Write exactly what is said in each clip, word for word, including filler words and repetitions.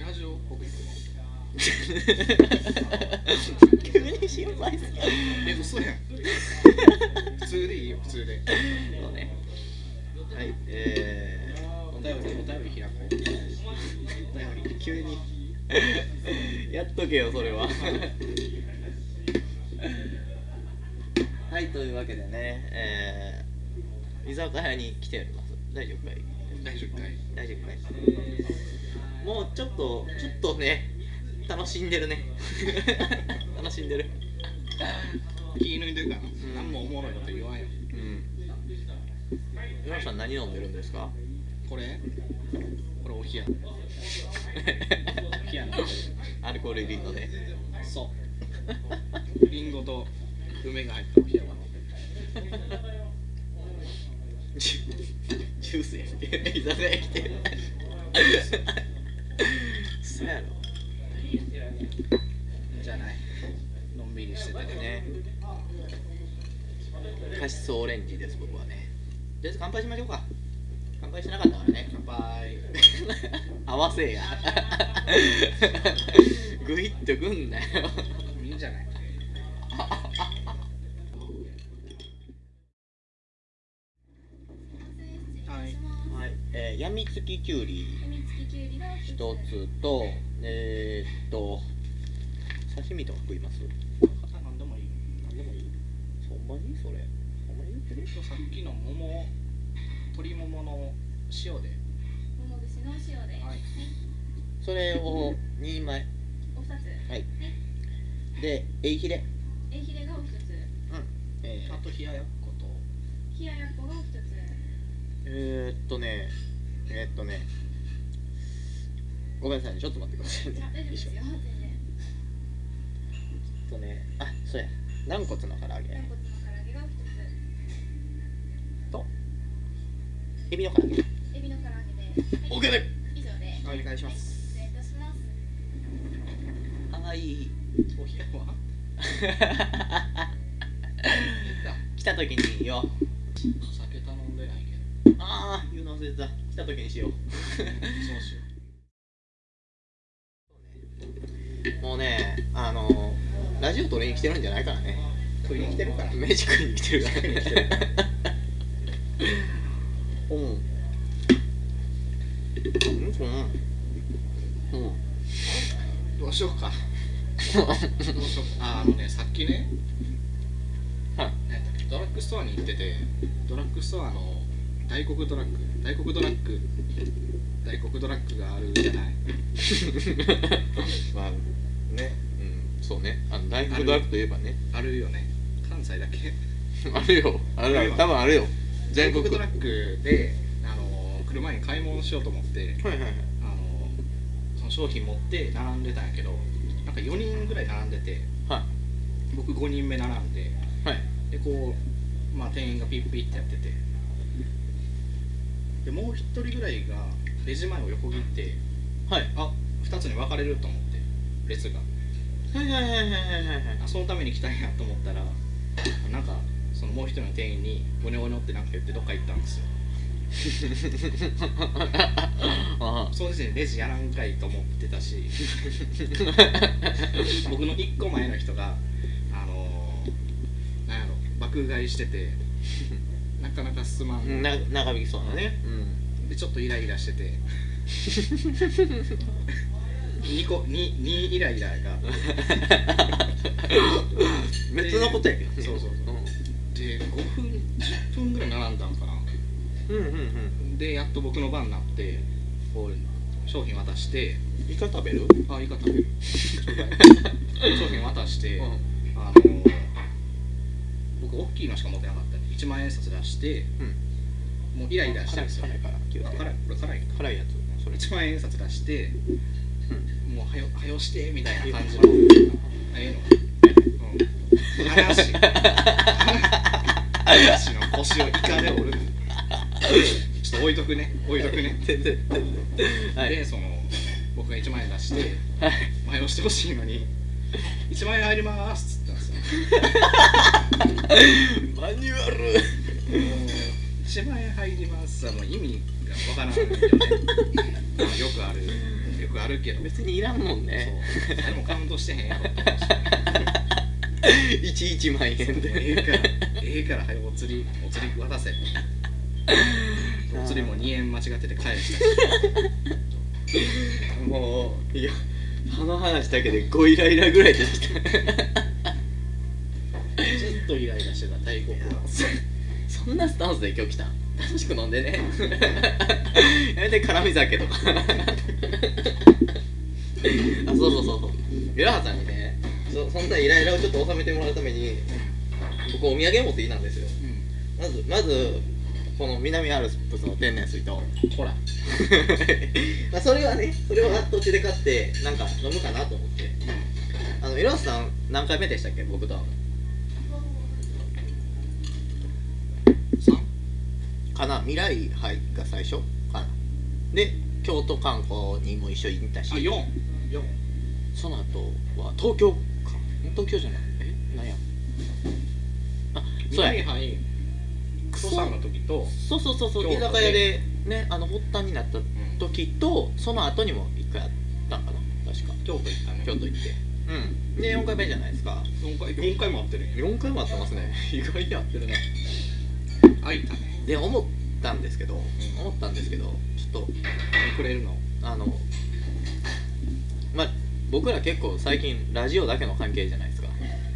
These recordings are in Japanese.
ラジオっぽくいくの急に心配する。 え、嘘やん普通でいいよ、普通で。 そうね。はい、えー、お便り、お便り開こう。 お便り、急にやっとけよ、それははい、というわけでね、えー、居酒屋に来ております。大丈夫かい？ 大丈夫かい？ 大丈夫かい？もうちょっと、ちょっとね、楽しんでるね楽しんでる気抜いてるから、うん、何もおもろいこと言わんよ。うん。 皆さん何飲んでるんですか？ これこれお冷やお冷やなんでアルコール入りのね。 そうリンゴと梅が入ったお冷やはジュースやんけ居酒屋来てるそうやろじゃない、のんびりしててね。 カシスオレンジです、僕はね。とりあえず乾杯しましょうか。乾杯しなかったからね。 乾杯合わせやグイッとくんなよいいんじゃないはい、 はい、えー、やみつききゅうり一つと、えー、っと刺身とか食います？ 何でもいい。 何でもいい。そんなにそれほんまに言ってる？ さっきの桃、鶏ももの塩で。 桃串の塩で。 はい。 それをにまい。 お二つ。 はい。で、エイヒレ。 エイヒレがお一つ。うん。 えー、 あと冷ややっこと。 冷ややっこがお一つ。 えー、っとね、えー、っとね。ごめんなさいね、ちょっと待ってくださいね。 大丈夫ですよ、全然。 えっとね、あ、そうや。軟骨の唐揚げ。 軟骨の唐揚げがお一つ。 と。エビの唐揚げ。 エビの唐揚げで。 オッケーで。 以上で。 お願いします。 失礼いたします。 はい。 お冷やは来た時にいいよ。 酒頼んでないけど。ああ、言うの忘れてた。来た時にしよう。 そうしよう。もうね、あのラジオ撮りに来てるんじゃないからね。 撮りに来てるから。 飯食いに来てるからね。うん。うん。うん。 どうしようか。どうしようか。あ、あのね、さっきね、はい、ドラッグストアに行ってて、ドラッグストアの大黒ドラッグ、大黒ドラッグ、大黒ドラッグがあるじゃない。 まあね、うん、そうね。あの大黒ドラッグといえばね、 あるよね。関西だけあるよ。あるある。多分あるよ。 全国ドラッグで、あの来る前に買い物しようと思って、はいはいはい、あのその商品持って並んでたんやけど、なんかよにんぐらい並んでて、はい、僕ごにんめ並んで、はい、でこう、まあ、店員がピッピッってやってて、でもうひとりぐらいがレジ前を横切って、はい、あ、ふたつに分かれると思って列が、はいはいはいはいはいはい、あ、そのために来たんやと思ったら、なんかそのもう一人の店員にゴニョゴニョってなんか言ってどっか行ったんですよ。その時点でレジやらんかいと思ってたし僕のいっこまえの人があのー、なんやろ爆買いしててなかなか進まん、 な長引きそうだね、 うん、でちょっとイライラしててにこににイライラが別のことやけどね。 そうそうそう、うん、でごふんじゅっぷんぐらい並んだんかな。うんうんうん、でやっと僕の番になってこう商品渡して、 イカ食べる？ あ、イカ食べる商品渡して、うん、あのー、僕大きいのしか持ってなかったんでいちまん円札出して、うん、もうイライラしてるんですよ。 辛いから辛い、これ辛い辛いやつ、それいちまん円札出して、うん、もうはよはよしてみたいな感じのええの、うん、話話の腰をイカで折るちょっと置いとくね、置いとくね。はい、で、その僕がいちまん円出して、はい、前押してほしいのにいちまん円入りますっつったんですよ。 マニュアル。 いちまん円入りますはもう意味がわからないよね。よくある、よくああるけど別にいらんもんね。 そう誰もカウントしてへんやろって思うしいちいちまん円でええからええからはいお釣りお釣り渡せお釣りもにえん間違ってて返したしもういやその話だけでごイライラぐらいでしたずっとイライラしてた大国はそんなスタンスで今日来た楽しく飲んでねやめて辛み酒とかあそうそうそうそういろはさんにね そ, そんなイライラをちょっと収めてもらうために僕お土産持ってきたんですよ、うん、まずまずこの南アルプスの天然水とほらまあそれはねそれは土地で買ってなんか飲むかなと思って、うん、あのいろはさん何回目でしたっけ僕と会うのかな未来杯が最初かなで京都観光にも一緒に行ったしあよんよんその後は東京か東京じゃないえなんやあそうや未来杯クソさんの時とそうそうそうそう居酒屋でねあの発端になった時と、うん、その後にも一回やったんかな確か京都行ったね京都行ってうんでよんかいめじゃないですかよんかいよんかいも会ってるんやよんかいも会ってますね意外に会ってるな会いたねで思ったんですけど、うん、思ったんですけどちょっとくれるのあのまあ僕ら結構最近ラジオだけの関係じゃないですか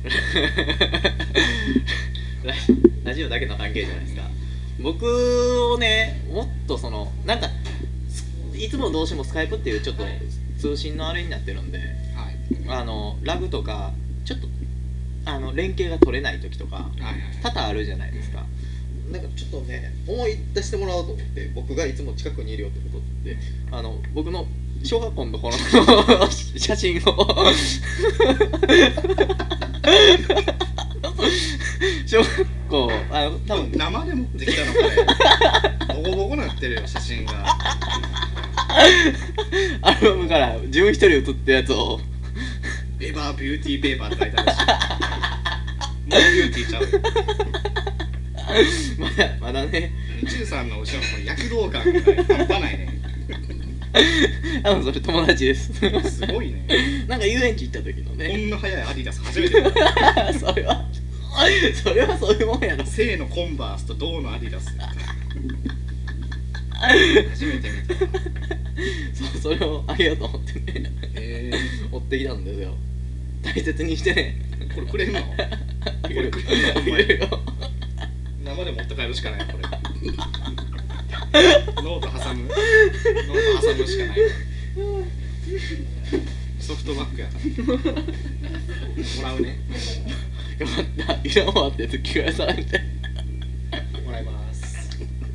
ラ, ラジオだけの関係じゃないですか僕をねもっとそのなんかいつもどうしてもスカイプっていうちょっと通信のあれになってるんで、はい、あのラグとかちょっとあの連携が取れない時とか、はいはい、多々あるじゃないですか。なんかちょっとね思い出してもらおうと思って僕がいつも近くにいるよってことってあの僕の小学校の頃の写真を小学校あの多分生で持ってきたのこれボコボコなってるよ写真がアルバムから自分一人写ったやつをエバービューティーペーパーって書いてあるしもうビューティーちゃうよまだまだねじゅうさんの後ろのこの躍動感が半端ないねあのそれ友達ですすごいねなんか遊園地行った時のねこんな速いアディダス初めて見たそれはそれはそういうもんやろ正のコンバースと銅のアディダス初めて見たそうそれをあげようと思ってねへー持ってきたんですよ大切にしてねこれくれるのあげるこれくれるのあげるよ生で持って帰るしかないこれノート挟むノート挟むしかないソフトバッグやからもらうねよかったいらんわって聞き返さないでもらいます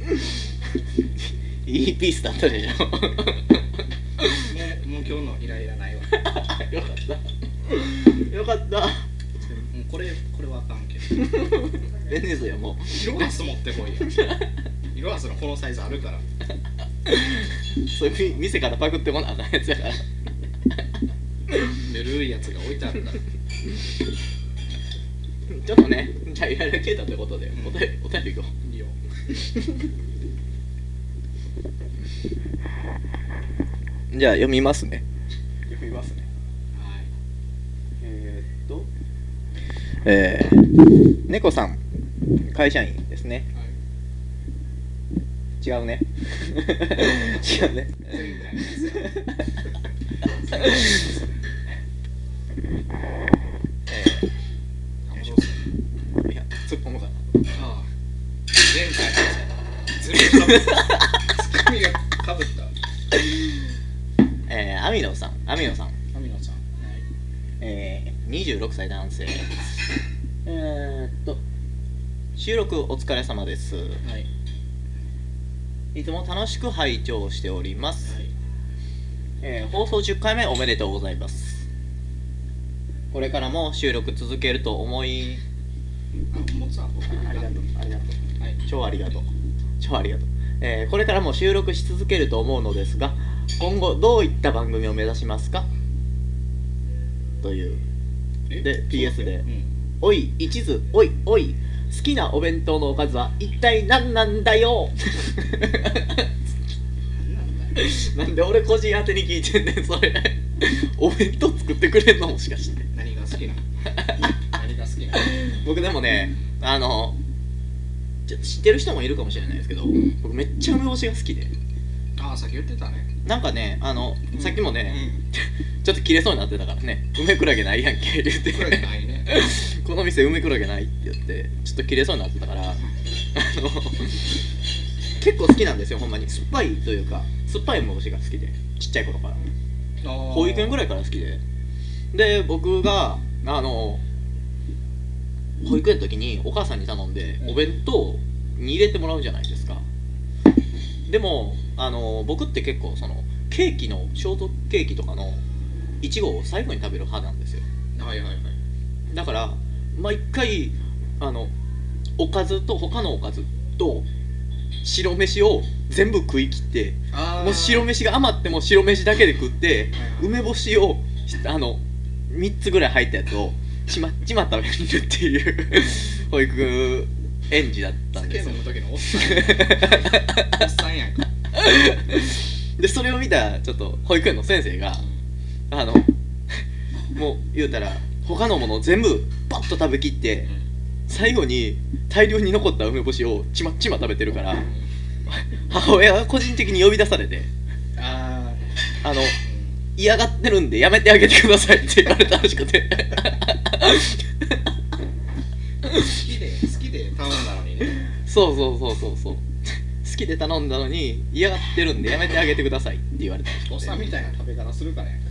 いいピースだったでしょもう、 もう今日のイライラないわよかったよかったこれこれはあかんけど全然ですよもう色ガス持ってこいよ色ガスのこのサイズあるからそういう店からパクってもらわないやつやからぬるいやつが置いてあるからちょっとねじゃあイライラ消えたってことで、うん、お便りお便りいこういいよじゃあ読みますね読みますねはいえー、っとえー、猫さん会社員ですね、はい、違うね違うねいや突っ込むかなああ前回のずるいかぶったツッコミがかぶったえー、アミノさんアミノさんアミノさん、はいえー、にじゅうろくさい男性えー、っと収録お疲れ様です、はい、いつも楽しく拝聴しております、はいえー、放送じゅっかいめおめでとうございます。これからも収録続けると思いあ、もつありがとうありがとう、はい、超ありがとう超ありがとう、えー、これからも収録し続けると思うのですが今後どういった番組を目指しますかというで ピーエス で、うん、おい一途おいおい好きなお弁当のおかずは一体何なんだよなんで俺個人宛てに聞いてんねんそれお弁当作ってくれんのもしかして。 何が好きなの何が好きなの僕でもね、あのちょ知ってる人もいるかもしれないですけど、僕めっちゃ梅干しが好きで。 ああ、さっき言ってたね。 なんかね、あの、 うん、 さっきもね、 うん、 ちょっと切れそうになってたからね、梅クラゲないやんけ言ってクラゲないねこの店梅クラゲないって言ってちょっと切れそうになってたから、あの結構好きなんですよ、ほんまに。酸っぱいというか、酸っぱい梅干しが好きで、ちっちゃい頃から、保育園ぐらいから好きで。で、僕があの保育園の時にお母さんに頼んでお弁当に入れてもらうじゃないですか。でもあの僕って結構そのケーキのショートケーキとかのいちごを最後に食べる派なんですよ。 はいはいはい。 だから毎回あのおかずと他のおかずと白飯を全部食い切って、もう白飯が余っても白飯だけで食って、はいはい、梅干しをあのみっつぐらい入ったやつをちまちま食べるっていう保育園児だったんですよ。 酒飲む時のおっさんやんおっさんやんかでそれを見たちょっと保育園の先生が、うん、あのもう言うたら他のものを全部パッと食べきって、うん、最後に大量に残った梅干しをちまちま食べてるから、うん、母親が個人的に呼び出されて、ああの嫌がってるんでやめてあげてくださいって言われたらしくて好きで好きで頼んだのにね。 そうそうそうそうそう好きで頼んだのに嫌がってるんでやめてあげてくださいって言われたらしくて、 おっさんみたいな食べ方するからやんか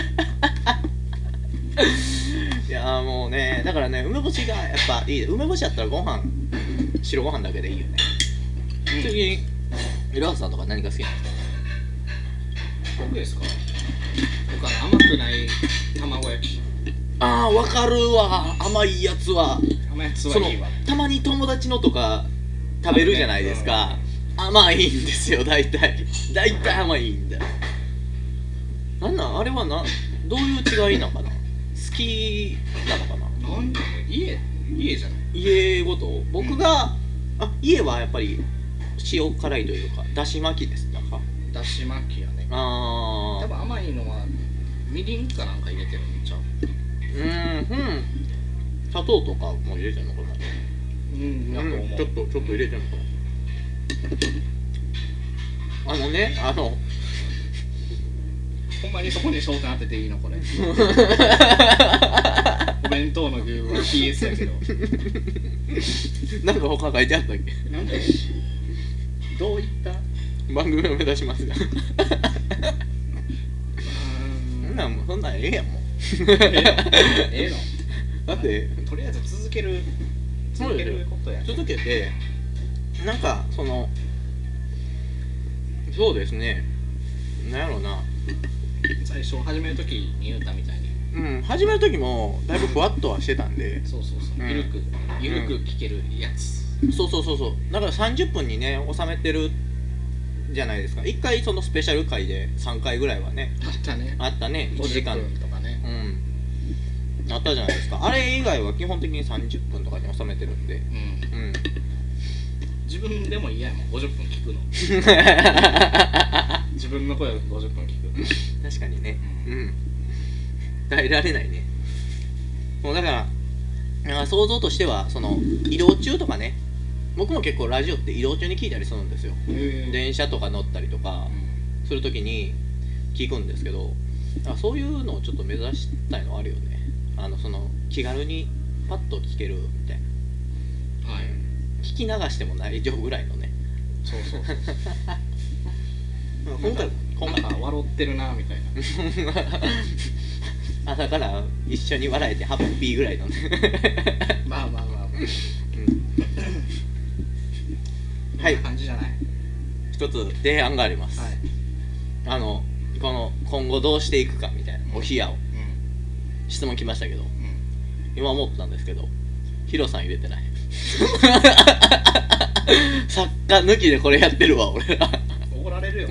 いやーもうね、だからね、梅干しがやっぱいい。梅干しやったらご飯白ご飯だけでいいよね。うん、次に浦和さんとか何が好きなの？ 僕ですか？僕は甘くない卵焼き。 あー、わかるわ。甘いやつは甘いやつはいいわ。 たまに友達のとか食べるじゃないですか。甘いんですよ、大体大体甘いんだよ。なんなんあれはな、どういう違いなのかな。好きなのかな。 なんで家家じゃない家ごと僕が、うん、あ家はやっぱり塩辛いというかだし巻きですか。 だし巻きやね。ああ多分甘いのはみりんかなんか入れてるんちゃう。 うーん、うん、砂糖とかも入れてるのかな。 うん、やと思う。 ちょっとちょっと入れてるのかな。あのね、あのほんまにそこに焦点当てていいのこれお弁当の具は ピーエス やけどなんか他書いてあったっけ。 なんでどういった番組を目指しますがそんなんもうそんなんええやんもうええのだってとりあえず続ける続けることや続けてなんかそのそうですね、なんやろうな、 最初始めるときに言うたみたいに、 うん、始める時もだいぶふわっとはしてたんでそうそうそう、うん、ゆるくゆるく聞けるやつ、 うん、そうそうそうそう、だからさんじゅっぷんにね収めてるじゃないですか。いっかいそのスペシャル回でさんかいぐらいはねあったねあったね、いちじかんとかね、 うん、あったじゃないですか。あれ以外は基本的にさんじゅっぷんとかに収めてるんで、うん、うん、 自分でも嫌やもんごじゅっぷん聞くの自分の声をごじゅっぷん聞く確かにね、うん、耐えられないね。もうだから想像としてはその移動中とかね、僕も結構ラジオって移動中に聞いたりするんですよ。電車とか乗ったりとかするときに聞くんですけど、そういうのをちょっと目指したいのあるよね。あのその気軽にパッと聞けるみたいな、はい、聞き流しても大丈夫ぐらいのね。 そうそうそう今回今回笑ってるなみたいな朝から一緒に笑えてハッピーぐらいのねまあまあまあ、まあうんはい、 感じじゃない。 一つ提案があります、はい、あのこの今後どうしていくかみたいな、うん、お冷やを、うん、質問来ましたけど、うん、今思ったんですけどヒロさん入れてない作家抜きでこれやってるわ俺ら怒られるよ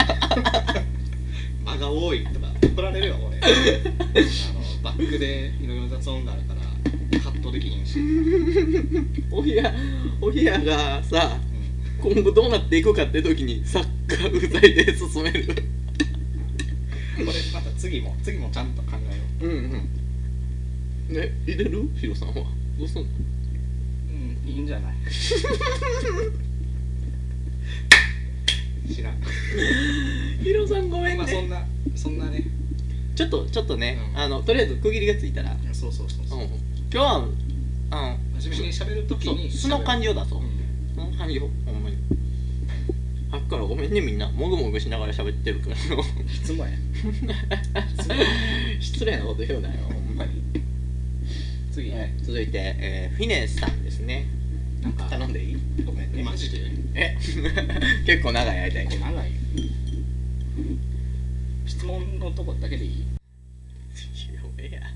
間が多いとか怒られるよ俺あのバックでいろいろ雑音があるからカットできひんしお冷やお冷やがさ、うん今後どうなっていくかって時にサッカーうざいで進める。これまた次も次もちゃんと考えよう。うんうん。ね、入れる？ヒロさんはどうすんの？ うん、いいんじゃない。知らん。 ヒロさんごめんね。 まあそんなそんなね。 ちょっとちょっとね、 うん、 あのとりあえず区切りがついたら。 そうそうそうそう。うん、今日はあの真面目に喋るときに素の感じを出そう。うん、素の感じをほんまに。さっきからごめんねみんなもぐもぐしながら喋ってるけど。 質問や。 失礼なこと言うなよほんまに。 次、 はい、続いて、えー、フィネスさんですね。なんか頼んでいい？ごめんね。 マジで？ え結構長い間に。 長い。質問のとこだけでいい？ えや。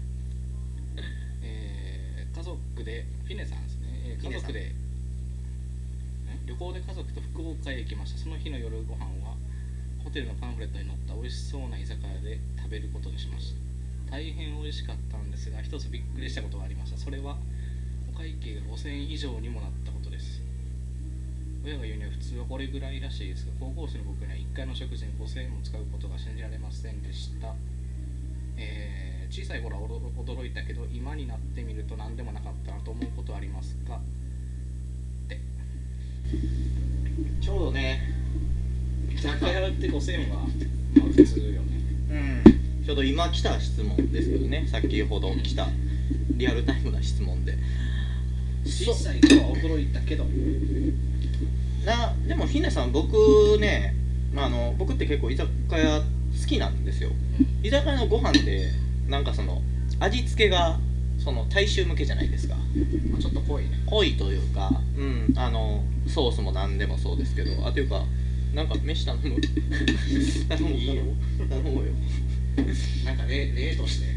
えー、家族でフィネさんですね。えー、家族で旅行で家族と福岡へ行きました。その日の夜ご飯はホテルのパンフレットに載った美味しそうな居酒屋で食べることにしました。大変美味しかったんですが、一つびっくりしたことがありました。それはお会計がごせんえん以上にもなったことです。親が言うには普通はこれぐらいらしいですが、高校生の僕にはいっかいの食事にごせんえんも使うことが信じられませんでした。えー、小さい頃は驚いたけど、今になってみると何でもなかったなと思うことはありますか？ってちょうどね、 居酒屋ってごせんえんはまあ普通よね。 うん、ちょうど今来た質問ですけどね、先ほど来たリアルタイムな質問で、 小さい頃は驚いたけどな。でもひねさん、僕ね、あの僕って結構居酒屋好きなんですよ、うん、居酒屋のご飯ってなんかその味付けがその大衆向けじゃないですか、 まあ、ちょっと濃いね濃いというか、うん、あのソースも何でもそうですけど、あというかなんか飯頼む頼む頼むよ頼むよなんか例例として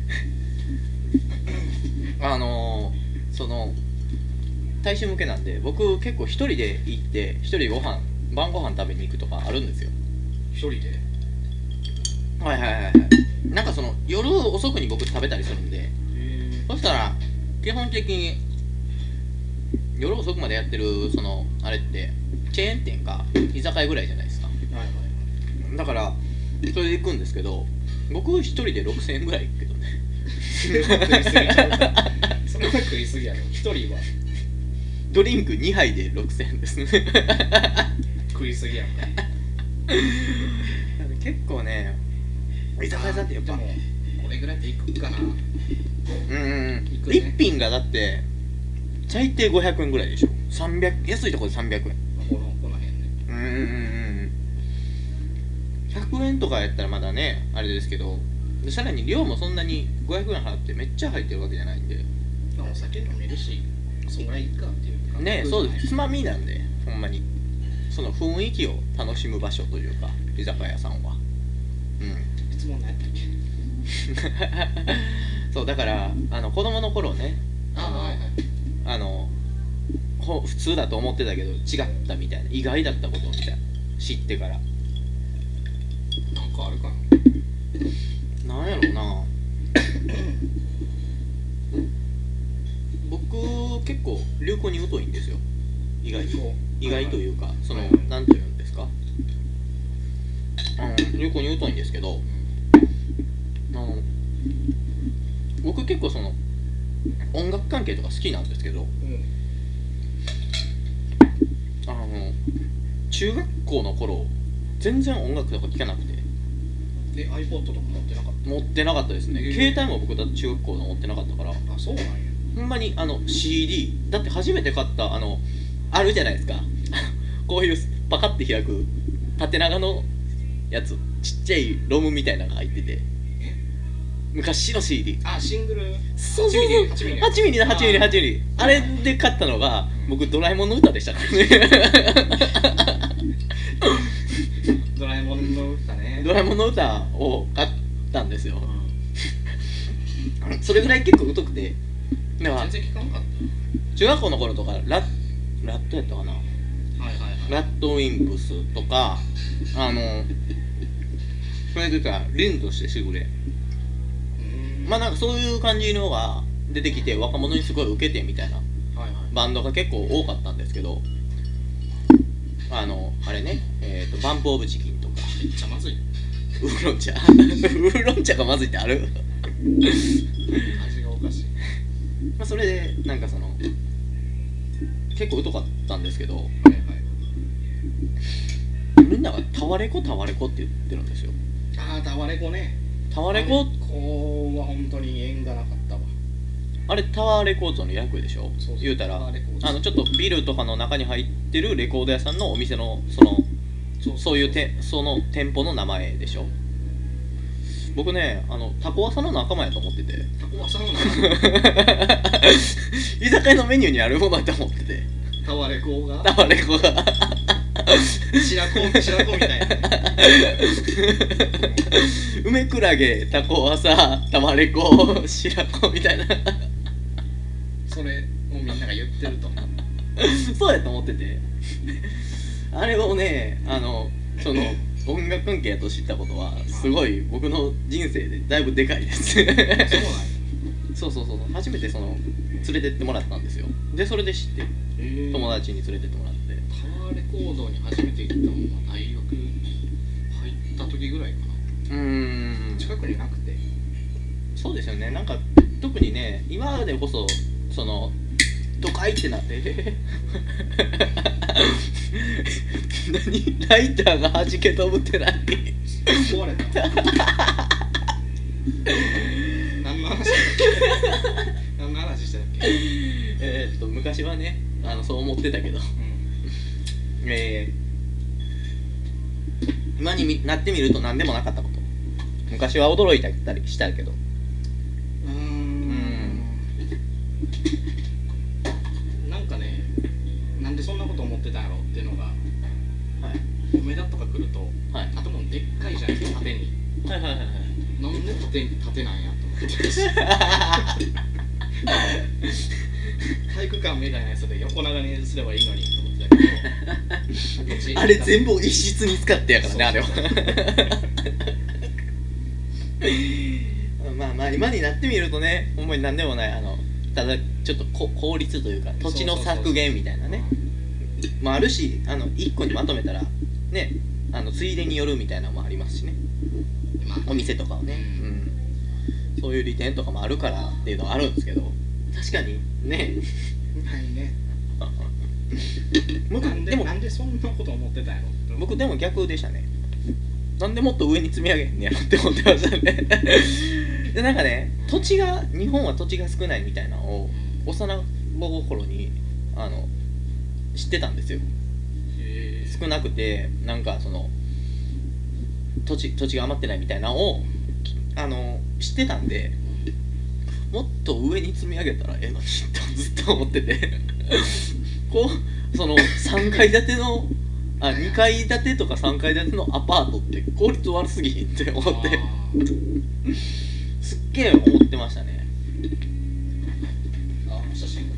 あのー、その大衆向けなんで、僕結構一人で行って一人ご飯晩ご飯食べに行くとかあるんですよ。 一人で？ はいはいはいはい。なんかその夜遅くに僕食べたりするんで、そしたら基本的に夜遅くまでやってるそのあれってチェーン店か居酒屋ぐらいじゃないですか。はいはい。だからそれで行くんですけど、僕一人でろくせんえんぐらい行くけどね。 食いすぎちゃうそれは食いすぎやろ。一人はドリンクにはいでろくせんえんですね。 食いすぎやんか。 結構ね、居酒屋さんってやっぱでもこれぐらいでいくかな。 うん、ね、いっぴんがだって最低ごひゃくえんぐらいでしょ。さんびゃく安いところでさんびゃくえん。 このこの辺ね。 うんうんうん。ひゃくえんとかやったらまだねあれですけど、でさらに量もそんなにごひゃくえん払ってめっちゃ入ってるわけじゃないんで。 お酒飲めるし、そんぐらいいっかっていうかね。そうです。つまみなんでほんまにその雰囲気を楽しむ場所というか居酒屋さんは。うん。 質問何やったっけ？ そうだからあの子供の頃ね、あの、はいはい、あの普通だと思ってたけど違ったみたいな、意外だったことみたいな知ってから。 なんかあるかな。なんやろうな。僕結構流行に疎いんですよ。意外と意外というか、その何というんですか、あの流行に疎いんですけど、あの僕結構その音楽関係とか好きなんですけど、うん、あの中学校の頃全然音楽とか聴かなくて。 で iPod とか持ってなかった？ 持ってなかったですね、えー、携帯も僕だって中学校の持ってなかったから。あ、 そうなんや。 ほんまにあの シーディー だって初めて買ったあのあるじゃないですかこういうパカッて開く縦長のやつ、ちっちゃいロムみたいなのが入ってて、昔の シーディー。 あ、シングル。 そうそうそう、はちミリはちミリはちミリはちミリ、あれで買ったのが僕ドラえもんの歌でしたからねドラえもんの歌ね。 ドラえもんの歌を買ったんですよ、うん、それぐらい結構疎くて。 全然聞かなかった。 中学校の頃とかラッラットやったかな、はいはいはい、ラッドウィンプスとか、あのそれでかリンとしてしぐれ、まあなんかそういう感じのが出てきて若者にすごい受けてみたいなバンドが結構多かったんですけど、 あのあれね、えーとバンプオブチキンとか。 めっちゃまずい。 ウーロン茶ウーロン茶がまずいってある味がおかしい。 まあそれでなんかその結構疎かったんですけど、はいはい、みんながタワレコタワレコって言ってるんですよ。 ああタワレコね。 タワレコこは本当に縁がなかったわ。あれタワーレコードの略でしょ。そうそう言うたらあのちょっとビルとかの中に入ってるレコード屋さんのお店のそのそうそういうてその店舗の名前でしょ。僕ねあのタコワサの仲間やと思ってて。 タコワサの仲間居酒屋のメニューにあるものだと思ってて。 タワレコがタワレコが白子白子みたいな梅クラゲタコワサタワレコ白子みたいなそれをみんなが言ってるとそうやと思っててあれをねあのその音楽関係やと知ったことはすごい僕の人生でだいぶでかいですそうなんそうそうそう初めてその連れてってもらったんですよ。でそれで知って友達に連れてってもらって。 タワーレコードに初めて行ったのは大学入った時ぐらいかな。うーん近くになくて。 そうですよね。なんか特にね今でこそその都会ってなって何ライターが弾け飛ぶって何壊れた何の話したっけ何の話したっけえーっと昔はねあのそう思ってたけど、うん、えー、今になってみると何でもなかったこと。昔は驚いたりしたけどうーんなんかねなんでそんなこと思ってたんやろっていうのが、はい、梅田とか来ると、はい、建物でっかいじゃないですか縦に。はいはいはいはい。なんで縦に縦なんやと思って体育館みたいなやつで横長にすればいいのにと思ってたけどあれ全部一室に使ってやからねあれはまあまあ今になってみるとねほんまに何でもないあのただちょっとこ効率というか土地の削減みたいなねまああるしあのいっこにまとめたらねあのついでによるみたいなのもありますしね、まあ、お店とかをね、うん、そういう利点とかもあるからっていうのはあるんですけど確かにねないね僕なんででもなんでそんなこと思ってたんやろ。 僕でも逆でしたね。なんでもっと上に積み上げへんねやろって思ってましたねでなんかね土地が日本は土地が少ないみたいなのを幼心にあの知ってたんですよ。へ少なくてなんかその土地土地が余ってないみたいなのをあの知ってたんでもっと上に積み上げたらええのにとずっと思っててこうそのさんがい建てのあにかい建てとかさんがい建てのアパートって効率悪すぎひんって思ってすっげえ思ってましたね。 ああ写真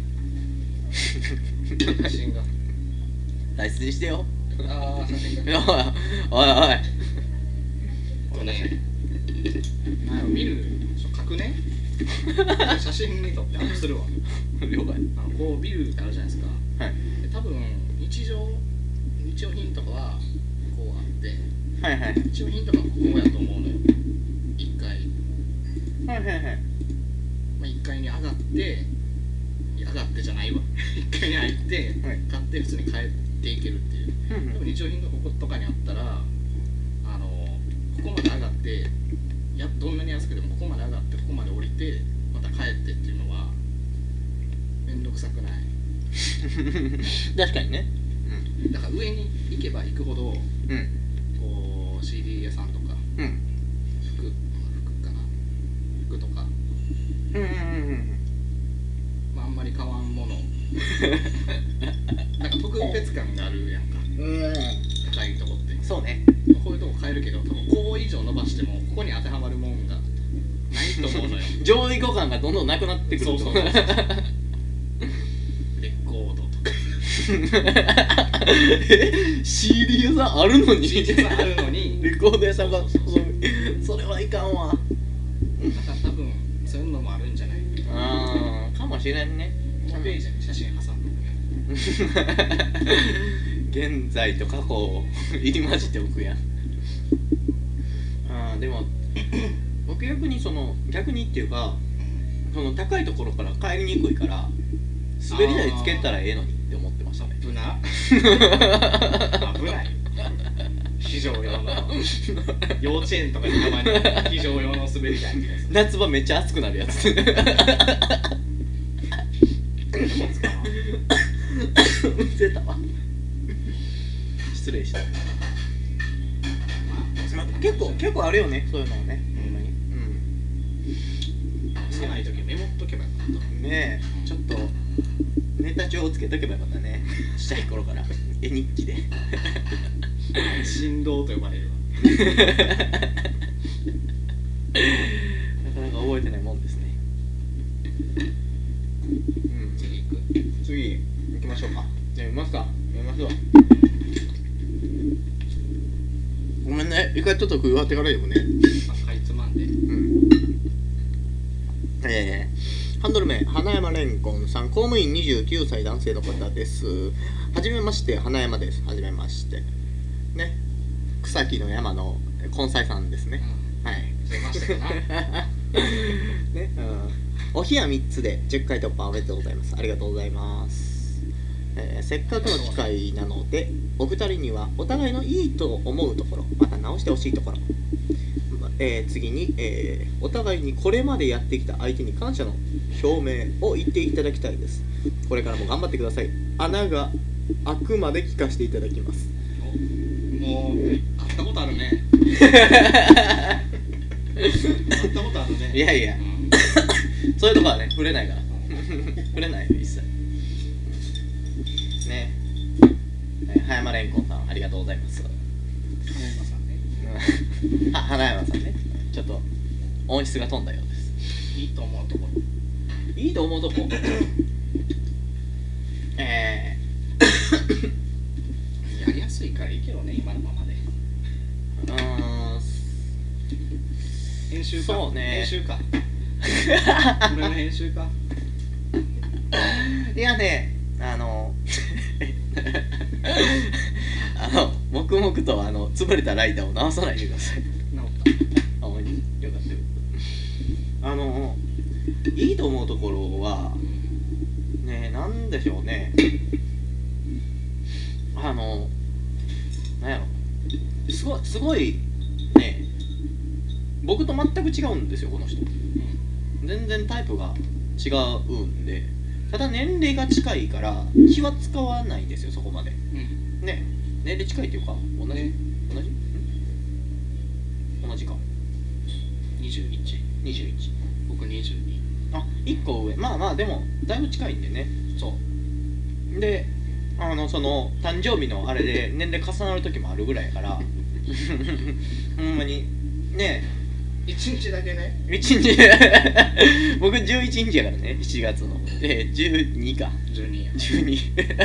が写真が大切にしてよ。 ああ写真がおいおいこれねなんやろ見る書くね写真に撮ってアップするわ了解。 あのこうビルってあるじゃないですか。 はい。 で多分日常日用品とかはこうあってはいはい日用品とかこうやと思うのよ。いっかいはいはいはい、 まあ、いっかいに上がって上がってじゃないわいっかいに入って、はい、買って普通に帰っていけるっていう、うんうん、でも日用品がこことかにあったらあのここまで上がってやどんなに安くてもここまで上がってここまで降りてまた帰ってっていうのはめんどくさくない確かにね、 うん、だから上に行けば行くほど、うん、こう シーディー 屋さんとか、うん、服服かな服とかうんうんうんうんまああんまり買わんものなんか特別感があるやんかうん高いとこってそうねこういうとこ買えるけど多分こう以上伸ばしてもここに当てはまるもんがないと思うのよ上位互換がどんどんなくなってくるとそうそうそうそうレコードとかえ シーディー 屋さんあるのにシーディー 屋さんあるのにレコード屋さんがそうそうそうそれはいかんわ。 だから多分そういうのもあるんじゃないあーかもしれんね。 ホームページに写真挟んで現在と過去を入り混じっておくやん。あーでも僕逆にその逆にっていうかその高いところから帰りにくいから滑り台つけたらええのにって思ってましたね。 危な危ない非常用の幼稚園とかにたまに非常用の滑り台みたいな夏場めっちゃ暑くなるやつ出たわ失礼した、まあ、結構結構あるよねそういうのねほんまにうんつけないときメモっとけばよかったねえちょっとネタ帳をつけとけばよかったねちっちゃい頃から絵日記で振動と呼ばれるわなかなか覚えてないもんですね。うん、 次行く次行きましょうか。じゃあ見ますか。見ましょう。ごめんね、一回ちょっと食い終わってから読むね。 かいつまんで。 うん。えー、ハンドル名花山レンコンさん、公務員にじゅうきゅうさい男性の方です。はじめまして、花山です。はじめまして。ね、草木の山の根菜さんですね。うん、はい。 出ましたかな。 ね、うん。お部屋みっつでじゅっかい突破おめでとうございます。ありがとうございます。えー、せっかくの機会なので、お二人にはお互いのいいと思うところ、また直してほしいところ、えー、次に、えー、お互いにこれまでやってきた相手に感謝の表明を言っていただきたいです。これからも頑張ってください。穴が開くまで聞かせていただきます。 もう会ったことあるね会ったことあるね。 いやいや、うん、そういうとこはね触れないから触れないよ一切ね。えー、葉山レンコンさんありがとうございます。 花山さんねあ、花山さんね、ちょっと音質が飛んだようです。 いいと思うところいいと思うとこえー、やりやすいからいいけどね今のままで。 うーん、 編集か。 そうね、 編集かこれの編集かいやね、あのあの黙々とあの潰れたライターを直さないでください。 直った。 あ、よかったよ。あのいいと思うところはね、なんでしょうね、あのなんやろ、すごいすごいね、僕と全く違うんですよこの人、うん、全然タイプが違うんで、ただ年齢が近いから気は使わないんですよそこまで、うん、ね、年齢近いっていうか同じ、ね、同じ同じかにじゅういち、 にじゅういち、 僕にじゅうに、 あ、いっこ上、まあまあでもだいぶ近いんでね。そうで、あのその誕生日のあれで年齢重なる時もあるぐらいやからほんまにね、 いちにちだけね、 いちにち僕じゅういちにちやからね、しちがつのでじゅうにか、 じゅうにやじゅうに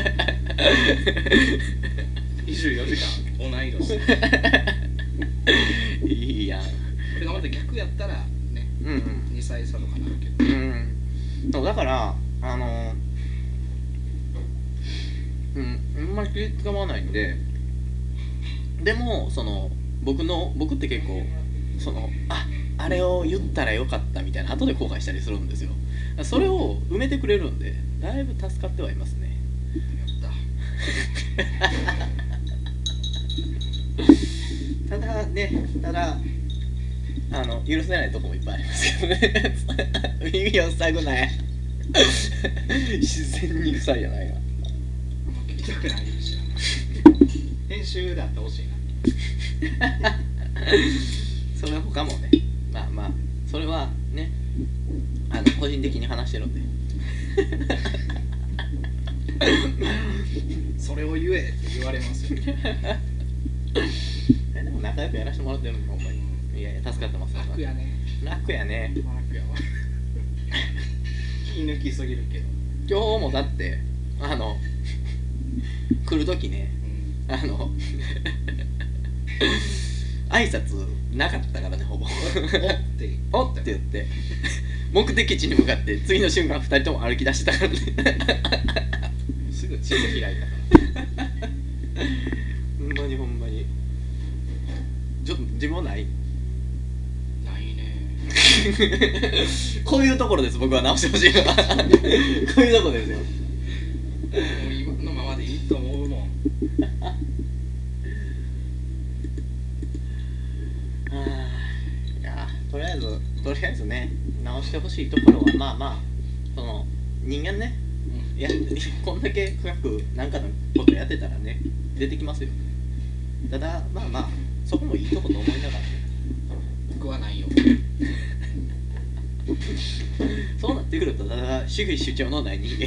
にじゅうよじかん同い年いいやん。これがまた逆やったらね、うんうん、にさい差とかなるけど、うん、 そうだからあのうんあんまり気使わないんで、でもその僕の僕って結構そのああれを言ったらよかったみたいな後で後悔したりするんですよ。それを埋めてくれるんでだいぶ助かってはいますね。やったただね、ただあの許せないとこもいっぱいありますけどね耳を塞ぐなや自然に臭いじゃないか。 聞きたくないし編集であってほしいなそれは他もね、まあまあそれはね、あの個人的に話してるんでそれを言えって言われますよえでも仲良くやらせてもらってるのほんまに。いやいや助かってます。 楽やね。 楽やね。 楽やわ気抜きすぎるけど今日もだってあの来る時ね、うん、あの挨拶なかったからね、ほぼおっておって言って目的地に向かって次の瞬間ふたりとも歩き出してたからねすぐ地図開いたから自分はない。 ないね。 こういうところです、僕は直してほしいのは。こういうところですよ。 もう今のままでいいと思うもん。 いやとりあえずとりあえずね、直してほしいところはまあまあ、その人間ね、うん、いやこんだけ深く何かのことやってたらね出てきますよ。ただまあまあそこもいいとこと思いながらね。 僕はないよ。 そうなってくるとただ主義主張のない人間。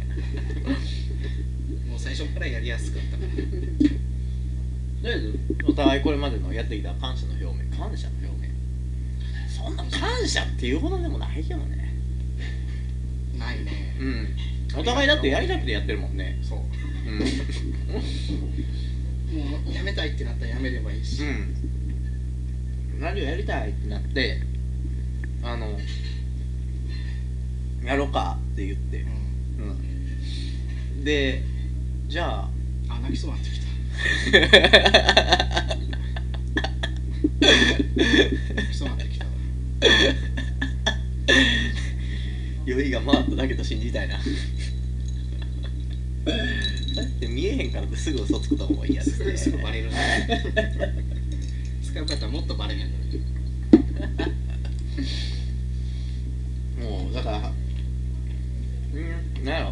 もう最初からやりやすかったから。 とりあえずお互いこれまでのやってきた感謝の表明、感謝の表明、そんな感謝っていうほどでもないけどね。 ないね。 うん。お互いだってやりたくてやってるもんね。 そう。うん。もうやめたいってなったらやめればいいし。うん。 ラジオやりたいってなってあのやろうかって言って、うんうん、でじゃああ泣きそうになってきた。泣きそうになってきたわ。 酔いが回っただけと信じたいな。だって見えへんからってすぐ嘘つくと思いやすね。 すぐバレるね。使い方もっとバレへんのに。 もうだからうんなんやろ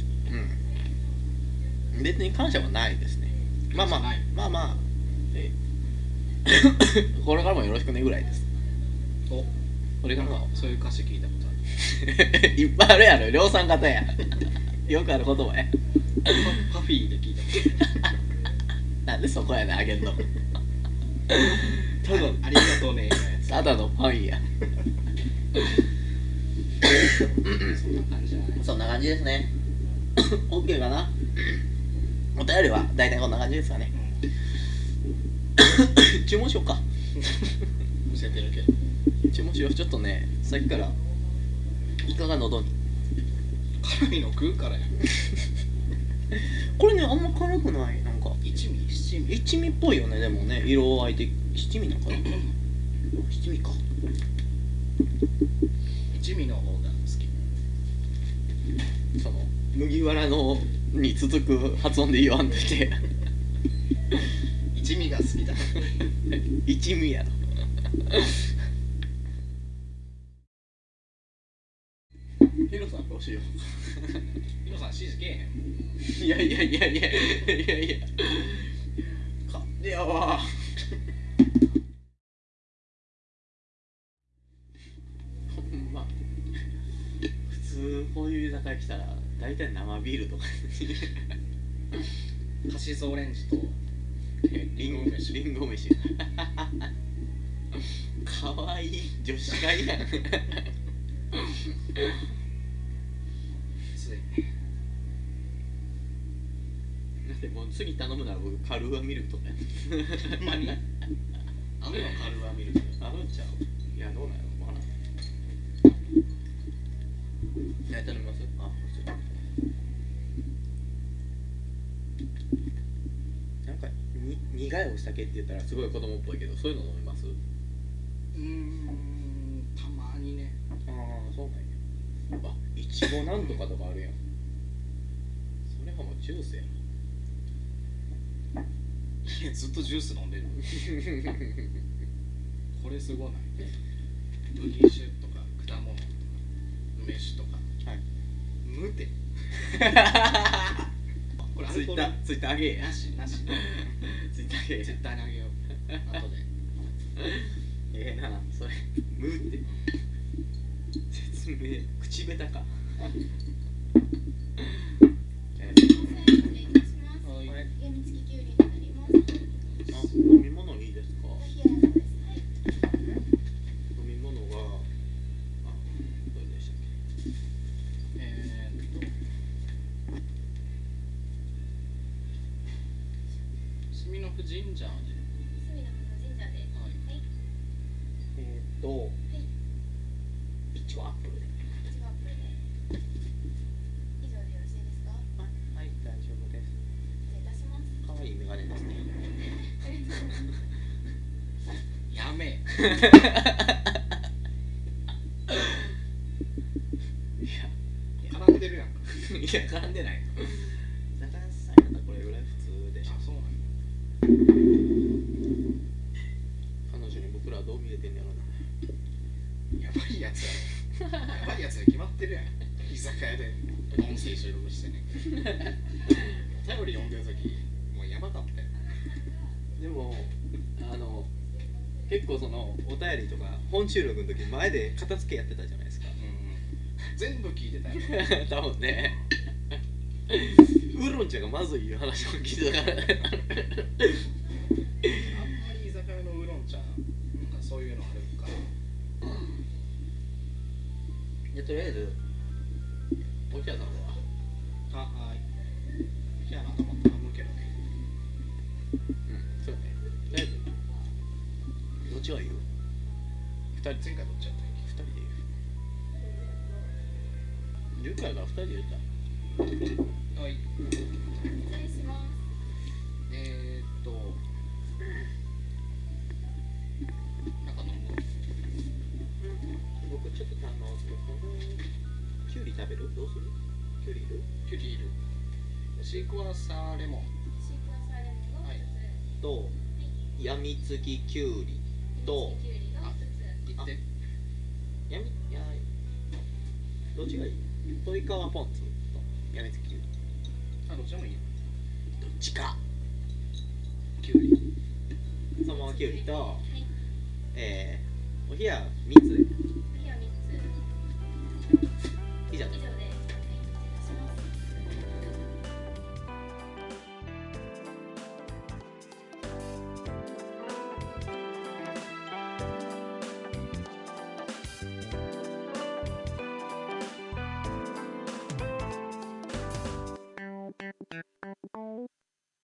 うん別に感謝はないですね。まあまあまあまあえこれからもよろしくねぐらいです。 おこれからもそういう歌詞聞いたことある。いっぱいあるやろ、量産型や。よくある言葉や。 パフィーで聞いたことある。 なんでそこやねんあげんの。 ただありがとうね。 ただのパンや。 そんな感じじゃない。 そんな感じですね。オッケーかな。お便りは大体こんな感じですかね。注文しようか。 教えてるけど。 注文しよう。ちょっとね、さっきからイカが喉に。 辛いの食うからや。 これね、あんま辛くない。なんか一味七味一味っぽいよね。でもね、色合いで七味なんかな。七味か。 一味の方が好き。その麦わらのに続く発音で言わんといて。 一味が好きだ。 一味やろ。ヒロさんどうしよう。 ヒロさん指示けえへん。いやいやいやいやいやいや。勝手やわ。ほんま。普通こういう居酒屋来たら大体生ビールとか。 カシスオレンジとリンゴ飯。リンゴ飯。かわいい女子会やん。だってもう次頼むなら僕カルーアミルクとかや。 ほんまにあのカルーアミルクあるんちゃう。いやどうなんやろわからん。何頼みます。あなんかに苦いお酒って言ったらすごい子供っぽいけどそういうの飲みます。 うーんたまにね。 ああそうなんや。あいちごなんとかとかあるやん。それはもうジュースやん。 いやずっとジュース飲んでる。これすごない。麦酒とか果物とか梅酒とか。はい。無って。これツイッターツイッターあげなしなし。 ツイッターあげツイッターにあげよう。後で。 ええなそれ無って説明口下手か。飲み物いいですか。飲み物があどれでしたっけ。 えーっとスミノフジンジャーで。 スミノフジンジャーで。はい。 えーっといちごアップルで。 いちごアップルで。以上でよろしいですか。 はい大丈夫です。 失礼いたします。 可愛いメガネですね。 ありがとうございます。 絡んでるやんか。 いや絡んでない中谷さんやったらこれぐらい普通でしょ。 あ、そうなん彼女に僕らはどう見えてんねやろな。 や。やばいやつやろ。やばいやつが決まってるやん。居酒屋で音声収録してね。お便り読んでる時もうやばかったよ。 でもあの結構そのお便りとか本収録の時前で片付けやってたじゃないですか。 うん、全部聞いてたよ。 多分ねウーロン茶がまずいいう話を聞いてたからね。 あんまり居酒屋のウーロン茶なんかそういうのあるんか。 でとりあえずお茶さんはあ、はい。じゃあなと思ったら頼むけどね。 うん、そうね。とりあえずどっちがいいよ。 二人前回どっちやったんや二人で言う。じゅっかいから二人で言った。 はい。 失礼します。 えーっとなんか飲む。 僕ちょっと堪能するかな。キュウリ食べる？どうする？キュウリいる？ キュウリいる。シークワーサーレモンシークワーサーレモンの一つ。 とやみつきキュウリとキュウリの一つ。 いって。 やみやどっちがいい？鶏皮ポン酢とやみつきキュウリ。 あ、どっちでもいいよ。 どっちか。 キュウリ。 そのままキュウリと、 はい。 えー、お冷やみつ